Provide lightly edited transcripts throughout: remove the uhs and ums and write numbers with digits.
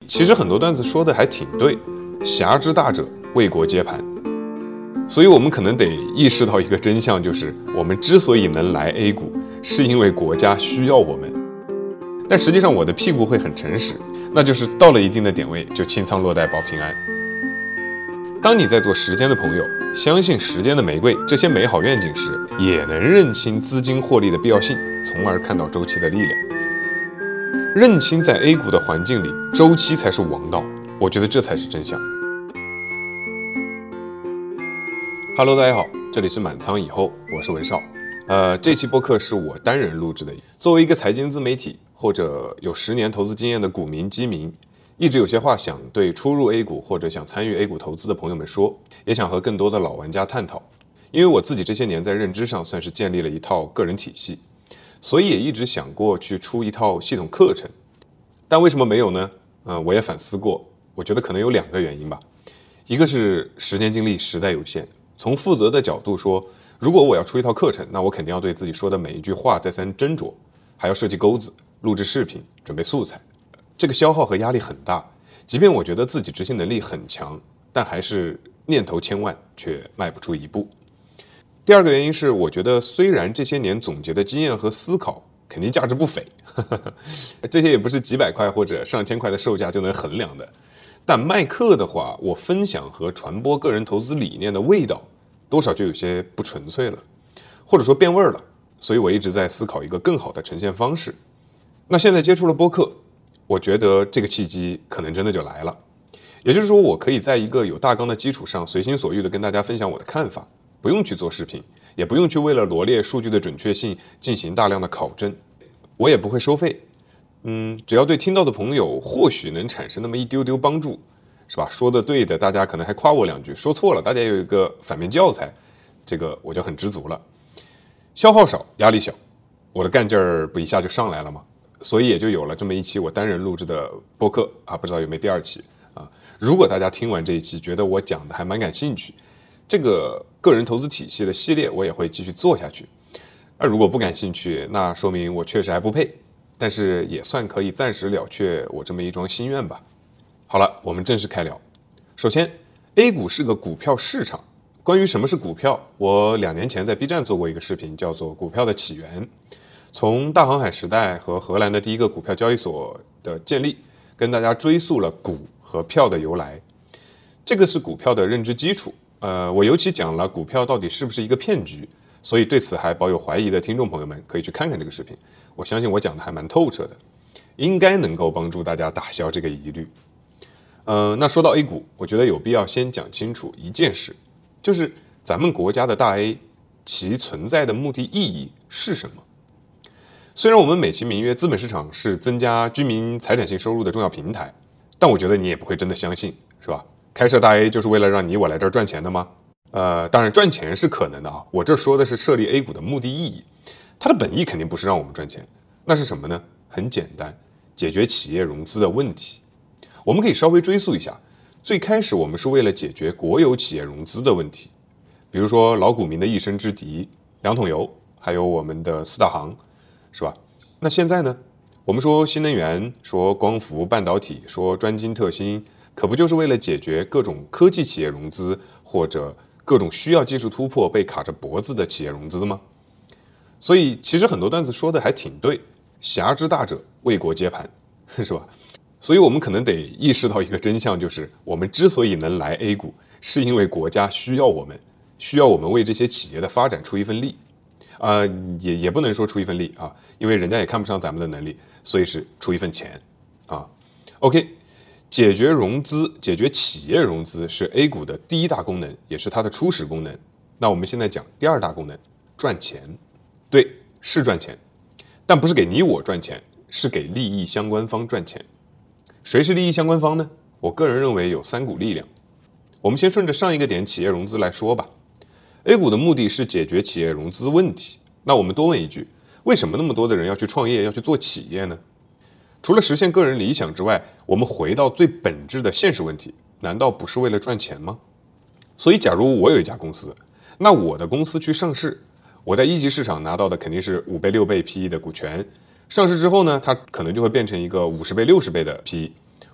其实很多段子说的还挺对，侠之大者，为国接盘。所以我们可能得意识到一个真相，就是我们之所以能来 A 股，是因为国家需要我们。但实际上我的屁股会很诚实，那就是到了一定的点位就清仓落袋保平安。当你在做时间的朋友，相信时间的玫瑰这些美好愿景时，也能认清资金获利的必要性，从而看到周期的力量。认清在 A 股的环境里，周期才是王道，我觉得这才是真相。Hello， 大家好，这里是满仓以后，我是文少。这期播客是我单人录制的。作为一个财经自媒体或者有10年投资经验的股民基民，一直有些话想对初入 A 股或者想参与 A 股投资的朋友们说，也想和更多的老玩家探讨。因为我自己这些年在认知上算是建立了一套个人体系，所以也一直想过去出一套系统课程，但为什么没有呢？我也反思过，我觉得可能有2个原因吧。一个是时间精力实在有限，从负责的角度说，如果我要出一套课程，那我肯定要对自己说的每一句话再三斟酌，还要设计钩子、录制视频、准备素材，这个消耗和压力很大。即便我觉得自己执行能力很强，但还是念头千万，却迈不出一步。第2个原因是，我觉得虽然这些年总结的经验和思考肯定价值不菲，这些也不是几百块或者上千块的售价就能衡量的，但卖课的话，我分享和传播个人投资理念的味道多少就有些不纯粹了，或者说变味了，所以我一直在思考一个更好的呈现方式。那现在接触了播客，我觉得这个契机可能真的就来了，也就是说，我可以在一个有大纲的基础上，随心所欲地跟大家分享我的看法，不用去做视频，也不用去为了罗列数据的准确性进行大量的考证，我也不会收费。只要对听到的朋友或许能产生那么一丢丢帮助，是吧？说的对的，大家可能还夸我2句；说错了，大家有一个反面教材，这个我就很知足了。消耗少，压力小，我的干劲儿不一下就上来了吗？所以也就有了这么一期我单人录制的播客啊，不知道有没有第2期啊？如果大家听完这一期觉得我讲的还蛮感兴趣，这个个人投资体系的系列我也会继续做下去。如果不感兴趣，那说明我确实还不配，但是也算可以暂时了却我这么一桩心愿吧。好了，我们正式开聊。首先 A 股是个股票市场，关于什么是股票，我2年前在 B 站做过一个视频，叫做股票的起源，从大航海时代和荷兰的第一个股票交易所的建立，跟大家追溯了股和票的由来，这个是股票的认知基础。我尤其讲了股票到底是不是一个骗局，所以对此还抱有怀疑的听众朋友们可以去看看这个视频，我相信我讲的还蛮透彻的，应该能够帮助大家打消这个疑虑。那说到 A 股，我觉得有必要先讲清楚一件事，就是咱们国家的大 A 其存在的目的意义是什么？虽然我们美其名曰资本市场是增加居民财产性收入的重要平台，但我觉得你也不会真的相信，是吧？开设大 A 就是为了让你我来这儿赚钱的吗？当然赚钱是可能的啊，我这说的是设立 A 股的目的意义，它的本意肯定不是让我们赚钱，那是什么呢？很简单，解决企业融资的问题。我们可以稍微追溯一下，最开始我们是为了解决国有企业融资的问题，比如说老股民的一生之敌2桶油，还有我们的4大行，是吧？那现在呢？我们说新能源，说光伏、半导体，说专精特新，可不就是为了解决各种科技企业融资，或者各种需要技术突破被卡着脖子的企业融资吗？所以其实很多段子说的还挺对，侠之大者，为国接盘，是吧？所以我们可能得意识到一个真相，就是我们之所以能来 A 股，是因为国家需要我们，需要我们为这些企业的发展出一份力。也不能说出一份力啊，因为人家也看不上咱们的能力，所以是出一份钱啊。OK， 解决融资，解决企业融资是 A 股的第1大功能，也是它的初始功能。那我们现在讲第2大功能，赚钱。对，是赚钱，但不是给你我赚钱，是给利益相关方赚钱。谁是利益相关方呢？我个人认为有3股力量。我们先顺着上一个点企业融资来说吧。A 股的目的是解决企业融资问题，那我们多问一句，为什么那么多的人要去创业，要去做企业呢？除了实现个人理想之外，我们回到最本质的现实问题，难道不是为了赚钱吗？所以假如我有一家公司，那我的公司去上市，我在一级市场拿到的肯定是5倍、6倍 PE 的股权，上市之后呢，它可能就会变成一个50倍、60倍的 PE，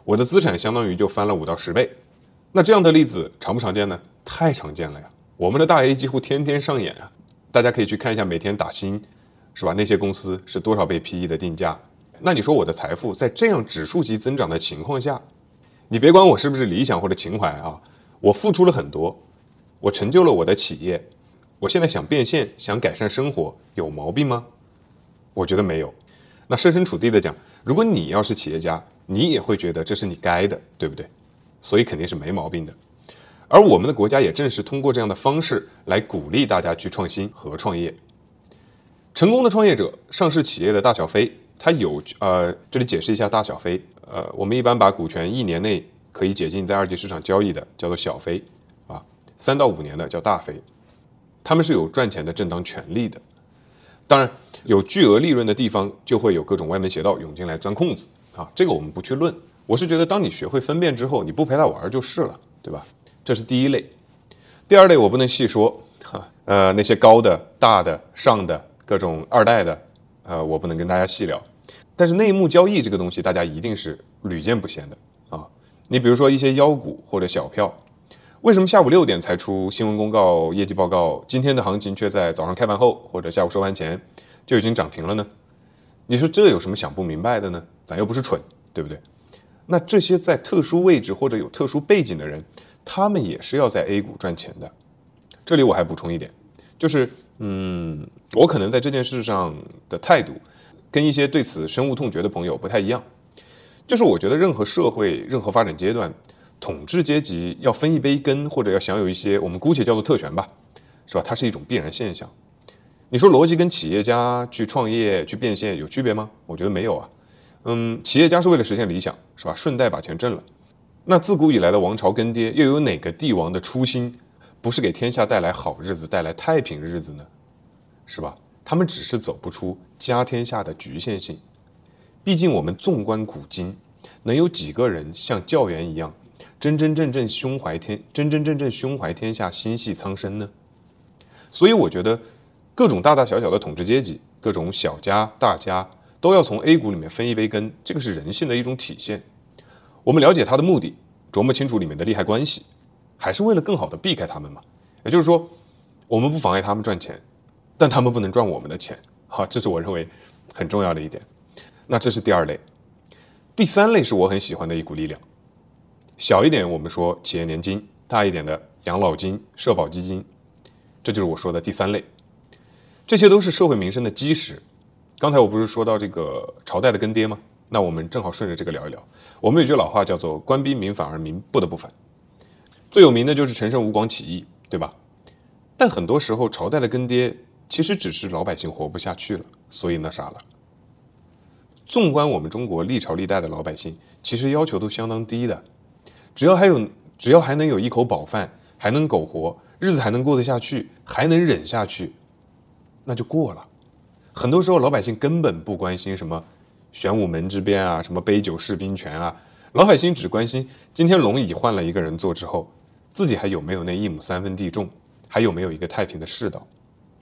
我的资产相当于就翻了5到10倍。那这样的例子常不常见呢？太常见了呀！我们的大 A 几乎天天上演啊，大家可以去看一下每天打新，是吧？那些公司是多少倍 PE 的定价？那你说我的财富在这样指数级增长的情况下，你别管我是不是理想或者情怀啊，我付出了很多，我成就了我的企业，我现在想变现，想改善生活，有毛病吗？我觉得没有。那设身处地的讲，如果你要是企业家，你也会觉得这是你该的，对不对？所以肯定是没毛病的。而我们的国家也正是通过这样的方式来鼓励大家去创新和创业。成功的创业者，上市企业的大小非，它有这里解释一下大小非。我们一般把股权1年内可以解禁在二级市场交易的叫做小非啊，3到5年的叫大非。他们是有赚钱的正当权利的。当然，有巨额利润的地方就会有各种歪门邪道涌进来钻空子啊，这个我们不去论。我是觉得，当你学会分辨之后，你不陪他玩就是了，对吧？这是第一类。第二类我不能细说，那些高的、大的、上的各种二代的，我不能跟大家细聊。但是内幕交易这个东西，大家一定是屡见不鲜的啊。你比如说一些妖股或者小票，为什么下午6点才出新闻公告、业绩报告，今天的行情却在早上开盘后或者下午收盘前就已经涨停了呢？你说这有什么想不明白的呢？咱又不是蠢，对不对？那这些在特殊位置或者有特殊背景的人，他们也是要在 A 股赚钱的。这里我还补充一点，就是我可能在这件事上的态度跟一些对此深恶痛绝的朋友不太一样，就是我觉得任何社会、任何发展阶段，统治阶级要分一杯羹或者要享有一些我们姑且叫做特权吧，是吧？它是一种必然现象。你说逻辑跟企业家去创业、去变现有区别吗？我觉得没有啊。企业家是为了实现理想，是吧？顺带把钱挣了。那自古以来的王朝更迭，又有哪个帝王的初心不是给天下带来好日子、带来太平日子呢？是吧？他们只是走不出家天下的局限性。毕竟我们纵观古今，能有几个人像教员一样，真真正正胸怀天下、心系苍生呢？所以我觉得，各种大大小小的统治阶级，各种小家大家，都要从 A 股里面分一杯羹，这个是人性的一种体现。我们了解它的目的，琢磨清楚里面的利害关系，还是为了更好的避开他们嘛？也就是说，我们不妨碍他们赚钱，但他们不能赚我们的钱。好，这是我认为很重要的一点。那这是第二类。第三类是我很喜欢的一股力量。小一点我们说企业年金，大一点的养老金、社保基金，这就是我说的第三类。这些都是社会民生的基石。刚才我不是说到这个朝代的更迭吗？那我们正好顺着这个聊一聊。我们有句老话叫做官逼民反而民不得不反。最有名的就是陈胜吴广起义，对吧？但很多时候朝代的更迭其实只是老百姓活不下去了，所以那啥了。纵观我们中国历朝历代的老百姓，其实要求都相当低的，只要还能有一口饱饭，还能苟活，日子还能过得下去，还能忍下去，那就过了。很多时候老百姓根本不关心什么玄武门之变啊，什么杯酒释兵权啊，老百姓只关心今天龙椅换了一个人坐之后，自己还有没有那1亩3分地种，还有没有一个太平的世道。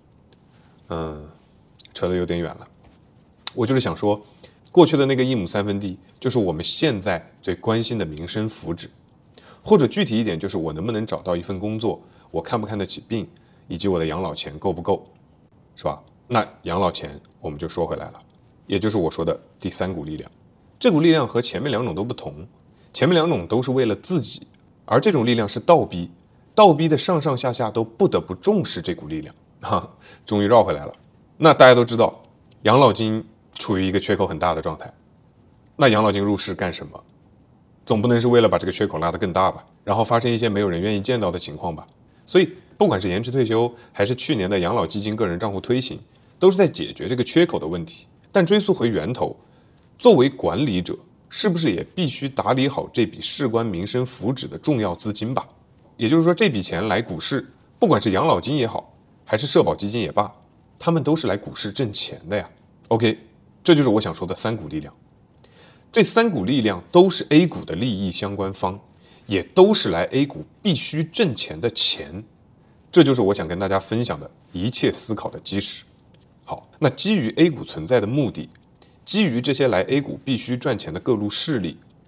扯得有点远了。我就是想说，过去的那个1亩3分地，就是我们现在最关心的民生福祉，或者具体一点，就是我能不能找到一份工作，我看不看得起病，以及我的养老钱够不够，是吧？那养老钱我们就说回来了，也就是我说的第三股力量。这股力量和前面2种都不同，前面2种都是为了自己，而这种力量是倒逼，倒逼的上上下下都不得不重视这股力量。终于绕回来了。那大家都知道，养老金处于一个缺口很大的状态。那养老金入市干什么？总不能是为了把这个缺口拉得更大吧，然后发生一些没有人愿意见到的情况吧。所以不管是延迟退休，还是去年的养老基金个人账户推行，都是在解决这个缺口的问题。但追溯回源头，作为管理者，是不是也必须打理好这笔事关民生福祉的重要资金吧？也就是说，这笔钱来股市，不管是养老金也好，还是社保基金也罢，他们都是来股市挣钱的呀。OK， 这就是我想说的3股力量。这3股力量都是 A 股的利益相关方，也都是来 A 股必须挣钱的钱。这就是我想跟大家分享的一切思考的基石。好，那基于 A 股存在的目的，基于这些来 A 股必须赚钱的各路势力，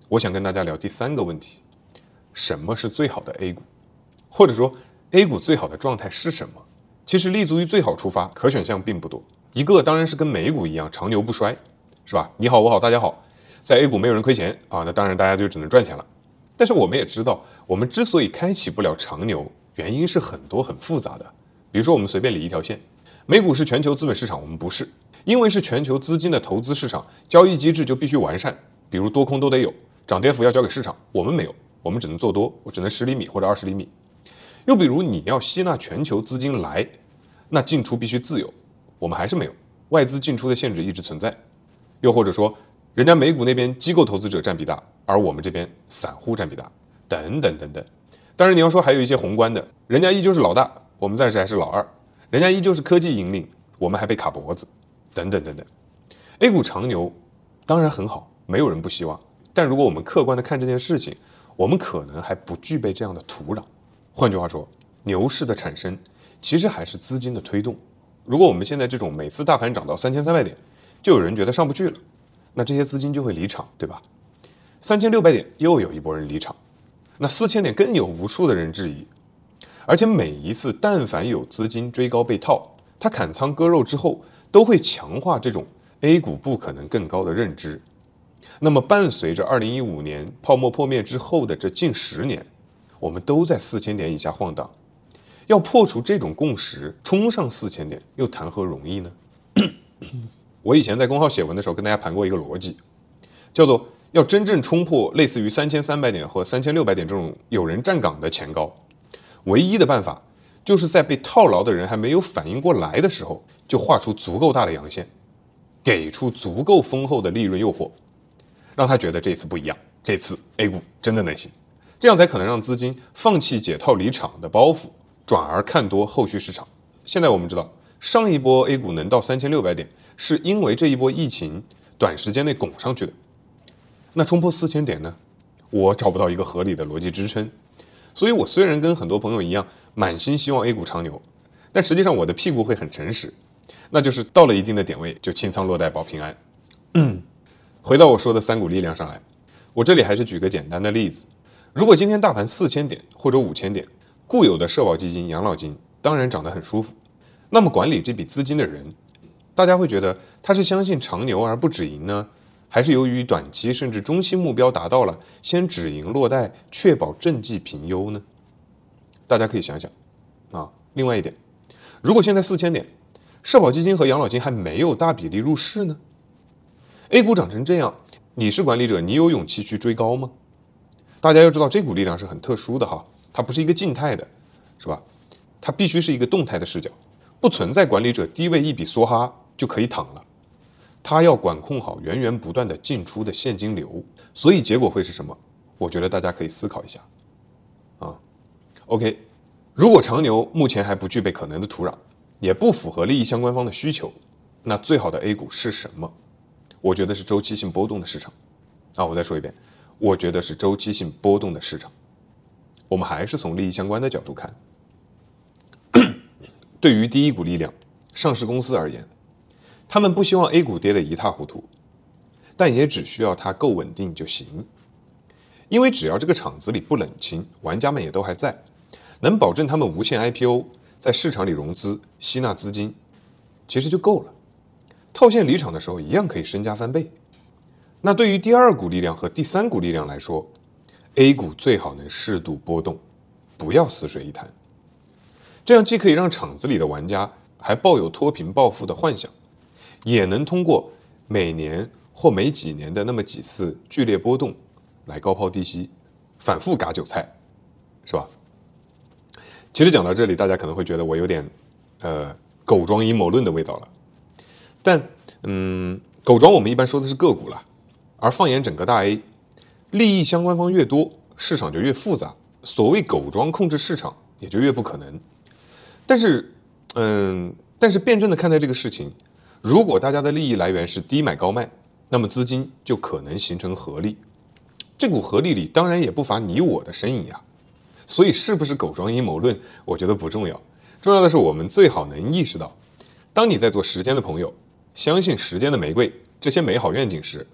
我想跟大家聊第3个问题：什么是最好的 A 股？或者说 A 股最好的状态是什么？其实立足于最好出发，可选项并不多。一个当然是跟美股一样长牛不衰，是吧？你好我好大家好，在 A 股没有人亏钱啊，那当然大家就只能赚钱了。但是我们也知道，我们之所以开启不了长牛，原因是很多很复杂的。比如说我们随便理一条线，美股是全球资本市场，我们不是，因为是全球资金的投资市场，交易机制就必须完善，比如多空都得有，涨跌幅要交给市场，我们没有，我们只能做多，我只能10厘米或者20厘米。又比如你要吸纳全球资金来，那进出必须自由，我们还是没有，外资进出的限制一直存在。又或者说，人家美股那边机构投资者占比大，而我们这边散户占比大，等等等等。当然你要说还有一些宏观的，人家依旧是老大，我们暂时还是老二，人家依旧是科技引领，我们还被卡脖子，等等等等。A 股长牛当然很好，没有人不希望，但如果我们客观的看这件事情，我们可能还不具备这样的土壤。换句话说，牛市的产生其实还是资金的推动。如果我们现在这种每次大盘涨到3300点，就有人觉得上不去了，那这些资金就会离场，对吧？3600点又有一波人离场，那4000点更有无数的人质疑。而且每一次但凡有资金追高被套，他砍仓割肉之后，都会强化这种 A 股不可能更高的认知。那么伴随着2015年泡沫破灭之后的这近10年，我们都在4000点以下晃荡，要破除这种共识，冲上4000点又谈何容易呢？我以前在公号写文的时候跟大家盘过一个逻辑，叫做要真正冲破类似于3300点和3600点这种有人站岗的前高，唯一的办法就是在被套牢的人还没有反应过来的时候，就画出足够大的阳线，给出足够丰厚的利润诱惑，让他觉得这次不一样，这次 A 股真的能行，这样才可能让资金放弃解套离场的包袱，转而看多后续市场。现在我们知道，上一波 A 股能到3600点，是因为这一波疫情短时间内拱上去的。那冲破4000点呢？我找不到一个合理的逻辑支撑。所以我虽然跟很多朋友一样满心希望 A 股长牛，但实际上我的屁股会很诚实，那就是到了一定的点位就清仓落袋保平安。回到我说的3股力量上来，我这里还是举个简单的例子。如果今天大盘4000点或者5000点，固有的社保基金、养老金当然涨得很舒服，那么管理这笔资金的人，大家会觉得他是相信长牛而不止盈呢，还是由于短期甚至中期目标达到了，先止盈落袋，确保政绩评优呢？大家可以想想啊。另外一点，如果现在4000点，社保基金和养老金还没有大比例入市呢 ，A 股涨成这样，你是管理者，你有勇气去追高吗？大家要知道，这股力量是很特殊的哈，它不是一个静态的，是吧？它必须是一个动态的视角，不存在管理者低位一笔梭哈就可以躺了。他要管控好源源不断的进出的现金流，所以结果会是什么？我觉得大家可以思考一下。OK， 如果长牛目前还不具备可能的土壤，也不符合利益相关方的需求，那最好的 A 股是什么？我觉得是周期性波动的市场。我再说一遍，我觉得是周期性波动的市场。我们还是从利益相关的角度看。对于第一股力量，上市公司而言，他们不希望 A 股跌得一塌糊涂，但也只需要它够稳定就行。因为只要这个场子里不冷清，玩家们也都还在，能保证他们无限 IPO， 在市场里融资吸纳资金，其实就够了。套现离场的时候一样可以身家翻倍。那对于第2股力量和第3股力量来说， A 股最好能适度波动，不要死水一潭。这样既可以让场子里的玩家还抱有脱贫暴富的幻想，也能通过每年或每几年的那么几次剧烈波动来高抛低吸，反复割韭菜，是吧？其实讲到这里，大家可能会觉得我有点狗庄阴谋论的味道了。但狗庄我们一般说的是个股了，而放眼整个大 A， 利益相关方越多，市场就越复杂，所谓狗庄控制市场也就越不可能。但是辩证的看待这个事情，如果大家的利益来源是低买高卖，那么资金就可能形成合力。这股合力里当然也不乏你我的身影呀。所以是不是狗庄阴谋论，我觉得不重要，重要的是我们最好能意识到，当你在做时间的朋友，相信时间的玫瑰这些美好愿景时，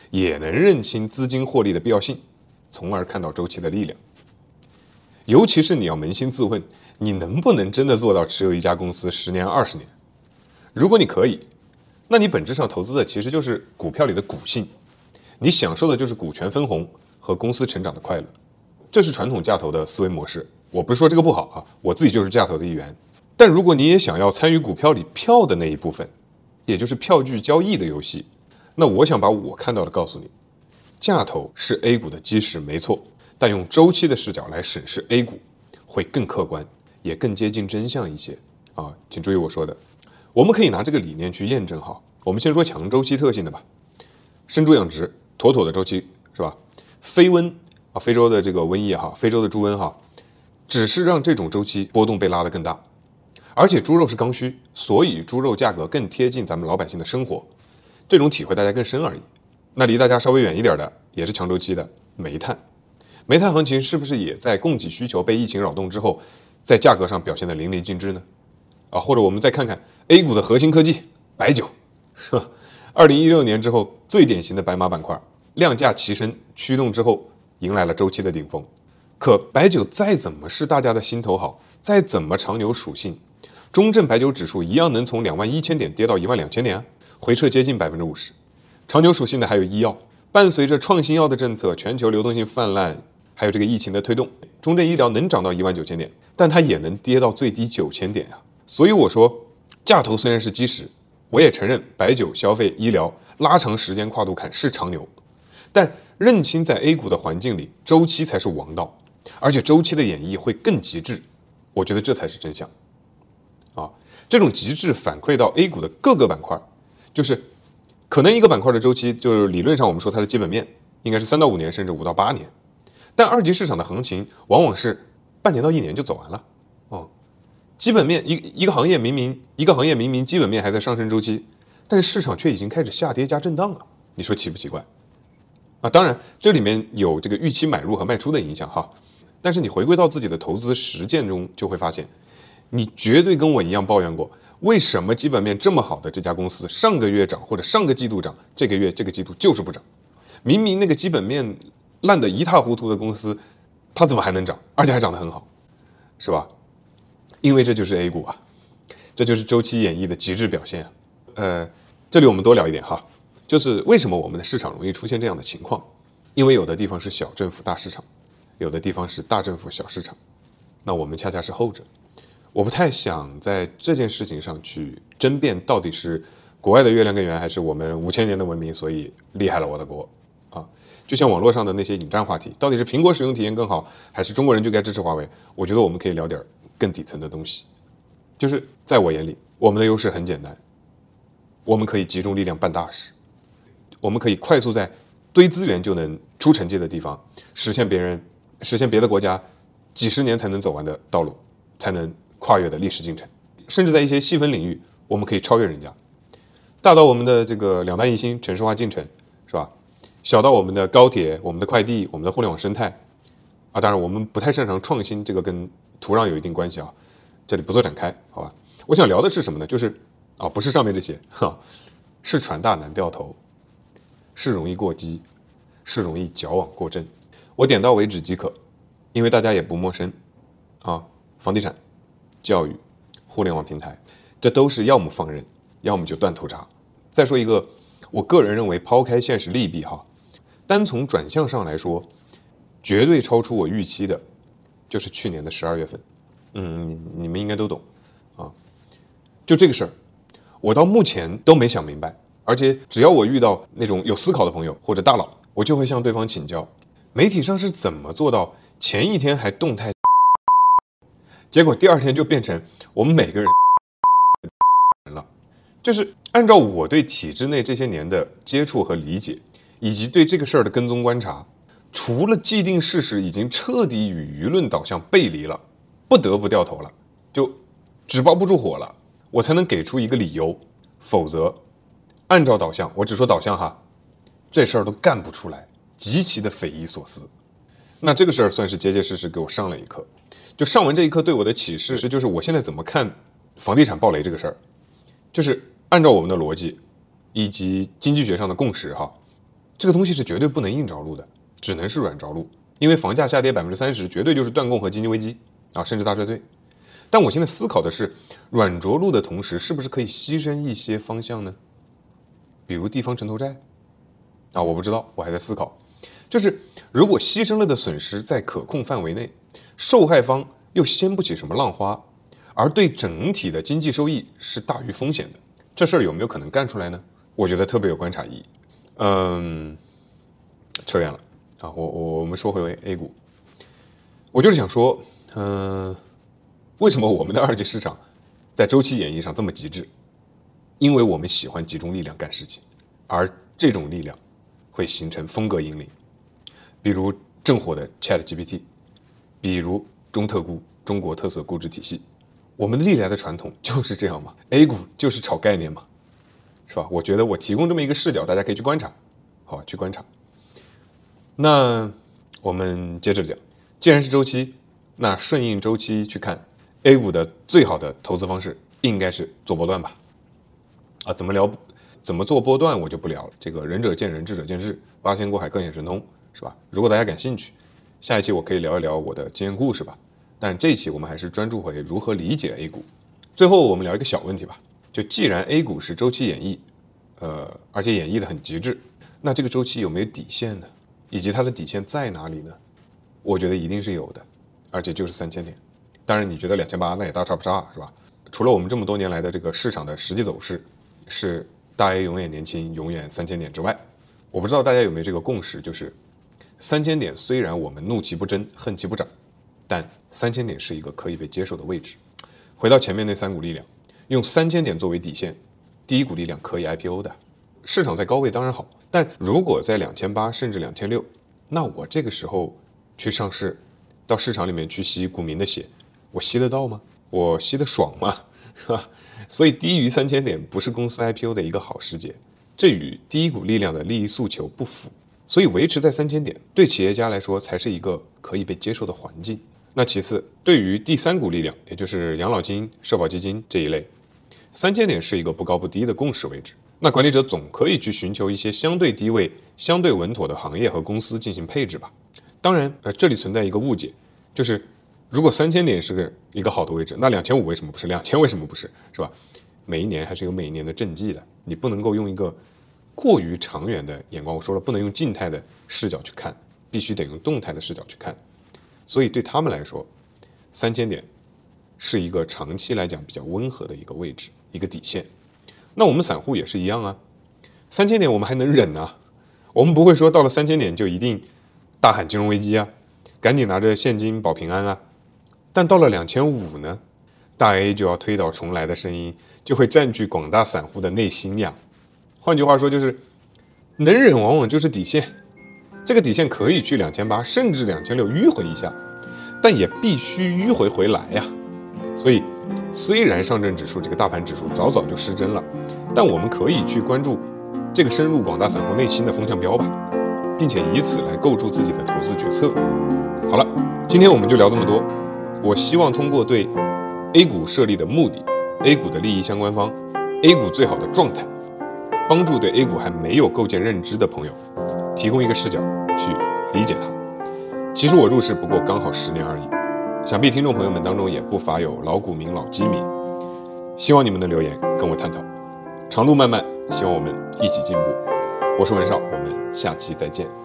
也能认清资金获利的必要性，从而看到周期的力量。尤其是你要扪心自问，你能不能真的做到持有一家公司10年、20年？如果你可以，那你本质上投资的其实就是股票里的股性，你享受的就是股权分红和公司成长的快乐。这是传统价投的思维模式，我不是说这个不好啊，我自己就是价投的一员。但如果你也想要参与股票里票的那一部分，也就是票据交易的游戏，那我想把我看到的告诉你，价投是 A 股的基石没错，但用周期的视角来审视 A 股会更客观，也更接近真相一些啊，请注意我说的。我们可以拿这个理念去验证哈。我们先说强周期特性的吧，生猪养殖妥妥的周期是吧？非瘟啊，非洲的这个瘟疫哈，非洲的猪瘟哈，只是让这种周期波动被拉得更大。而且猪肉是刚需，所以猪肉价格更贴近咱们老百姓的生活，这种体会大家更深而已。那离大家稍微远一点的，也是强周期的煤炭。煤炭行情是不是也在供给需求被疫情扰动之后，在价格上表现得淋漓尽致呢？啊，或者我们再看看 A 股的核心科技白酒，是吧？2016年之后最典型的白马板块，量价齐升驱动之后，迎来了周期的顶峰。可白酒再怎么是大家的心头好，再怎么长牛属性，中证白酒指数一样能从21000点跌到12000点啊，回撤接近50%。长牛属性的还有医药，伴随着创新药的政策，全球流动性泛滥，还有这个疫情的推动，中证医疗能涨到19000点，但它也能跌到最低9000点啊。所以我说，价投虽然是基石，我也承认白酒、消费、医疗拉长时间跨度看是长牛，但认清在 A 股的环境里，周期才是王道，而且周期的演绎会更极致，我觉得这才是真相。啊，这种极致反馈到 A 股的各个板块，就是可能一个板块的周期，就是理论上我们说它的基本面应该是3到5年，甚至5到8年，但二级市场的行情往往是半年到1年就走完了。基本面一个行业明明基本面还在上升周期，但是市场却已经开始下跌加震荡了，你说奇不奇怪？啊，当然这里面有这个预期买入和卖出的影响哈，但是你回归到自己的投资实践中，就会发现，你绝对跟我一样抱怨过，为什么基本面这么好的这家公司上个月涨或者上个季度涨，这个月这个季度就是不涨？明明那个基本面烂得一塌糊涂的公司，它怎么还能涨，而且还涨得很好，是吧？因为这就是 A 股啊，这就是周期演绎的极致表现啊。这里我们多聊一点哈，就是为什么我们的市场容易出现这样的情况？因为有的地方是小政府大市场，有的地方是大政府小市场，那我们恰恰是后者。我不太想在这件事情上去争辩，到底是国外的月亮更圆，还是我们5000年的文明所以厉害了我的国啊？就像网络上的那些引战话题，到底是苹果使用体验更好，还是中国人就该支持华为？我觉得我们可以聊点更底层的东西。就是在我眼里，我们的优势很简单，我们可以集中力量办大事，我们可以快速在堆资源就能出成绩的地方，实现别的国家几十年才能走完的道路，才能跨越的历史进程。甚至在一些细分领域，我们可以超越人家。大到我们的这个2弹1星城市化进程，是吧？小到我们的高铁、我们的快递、我们的互联网生态啊，当然我们不太擅长创新，这个跟土壤有一定关系啊，这里不做展开，好吧？我想聊的是什么呢？就是不是上面这些是船大难掉头，是容易过激，是容易矫枉过正。我点到为止即可，因为大家也不陌生啊，房地产、教育、互联网平台，这都是要么放任，要么就断头铡。再说一个，我个人认为抛开现实利弊哈，单从转向上来说，绝对超出我预期的，就是去年的12月份。你们应该都懂啊。就这个事儿，我到目前都没想明白。而且只要我遇到那种有思考的朋友或者大佬，我就会向对方请教，媒体上是怎么做到前一天还动态，结果第二天就变成我们每个人了。就是按照我对体制内这些年的接触和理解，以及对这个事儿的跟踪观察，除了既定事实已经彻底与舆论导向背离了，不得不掉头了，就纸包不住火了，我才能给出一个理由，否则按照导向，我只说导向哈，这事儿都干不出来，极其的匪夷所思。那这个事儿算是结结实实给我上了一课。就上完这一课对我的启示是，就是我现在怎么看房地产暴雷这个事儿，就是按照我们的逻辑以及经济学上的共识哈， 这个东西是绝对不能硬着陆的，只能是软着陆，因为房价下跌30%，绝对就是断供和经济危机啊，甚至大衰退。但我现在思考的是，软着陆的同时，是不是可以牺牲一些方向呢？比如地方城投债啊，我不知道，我还在思考。就是如果牺牲了的损失在可控范围内，受害方又掀不起什么浪花，而对整体的经济收益是大于风险的，这事儿有没有可能干出来呢？我觉得特别有观察意义。扯远了啊，我们说回 A 股，我就是想说，为什么我们的二级市场在周期演绎上这么极致？因为我们喜欢集中力量干事情，而这种力量会形成风格引领，比如正火的 ChatGPT， 比如中特估中国特色估值体系。我们历来的传统就是这样嘛 ，A 股就是炒概念嘛，是吧？我觉得我提供这么一个视角，大家可以去观察，好吧，去观察。那我们接着讲，既然是周期，那顺应周期去看 A 股的最好的投资方式应该是做波段吧？啊，怎么做波段我就不聊了，这个仁者见仁，智者见智，八仙过海各显神通，是吧？如果大家感兴趣，下一期我可以聊一聊我的经验故事吧。但这一期我们还是专注回如何理解 A 股。最后我们聊一个小问题吧，就既然 A 股是周期演绎，而且演绎的很极致，那这个周期有没有底线呢？以及它的底线在哪里呢？我觉得一定是有的，而且就是3000点。当然你觉得2800那也大差不差，是吧？除了我们这么多年来的这个市场的实际走势是大 A 永远年轻，永远3000点之外，我不知道大家有没有这个共识，就是3000点虽然我们怒其不争，恨其不长，但3000点是一个可以被接受的位置。回到前面那3股力量，用3000点作为底线，第一股力量可以 IPO 的，市场在高位当然好，但如果在2800甚至2600，那我这个时候去上市，到市场里面去吸股民的血，我吸得到吗？我吸得爽吗？是吧？所以低于3000点不是公司 IPO 的一个好时节，这与第一股力量的利益诉求不符。所以维持在3000点，对企业家来说才是一个可以被接受的环境。那其次，对于第3股力量，也就是养老金、社保基金这一类，3000点是一个不高不低的共识位置。那管理者总可以去寻求一些相对低位、相对稳妥的行业和公司进行配置吧。当然，这里存在一个误解，就是如果3000点是一个好的位置，那2500为什么不是？2000为什么不是？是吧？每一年还是有每一年的政绩的，你不能够用一个过于长远的眼光，我说了，不能用静态的视角去看，必须得用动态的视角去看。所以对他们来说，3000点是一个长期来讲比较温和的一个位置，一个底线。那我们散户也是一样啊，3000点我们还能忍啊，我们不会说到了3000点就一定大喊金融危机啊，赶紧拿着现金保平安啊。但到了2500呢，大 A 就要推倒重来的声音就会占据广大散户的内心呀。换句话说，就是能忍往往就是底线，这个底线可以去2800甚至2600迂回一下，但也必须迂回回来呀。所以虽然上证指数这个大盘指数早早就失真了，但我们可以去关注这个深入广大散户内心的风向标吧，并且以此来构筑自己的投资决策。好了，今天我们就聊这么多。我希望通过对 A 股设立的目的、A 股的利益相关方、A 股最好的状态，帮助对 A 股还没有构建认知的朋友提供一个视角去理解它。其实我入市不过刚好10年而已，想必听众朋友们当中也不乏有老股民、老基民，希望你们的留言跟我探讨。长路漫漫，希望我们一起进步。我是文少，我们下期再见。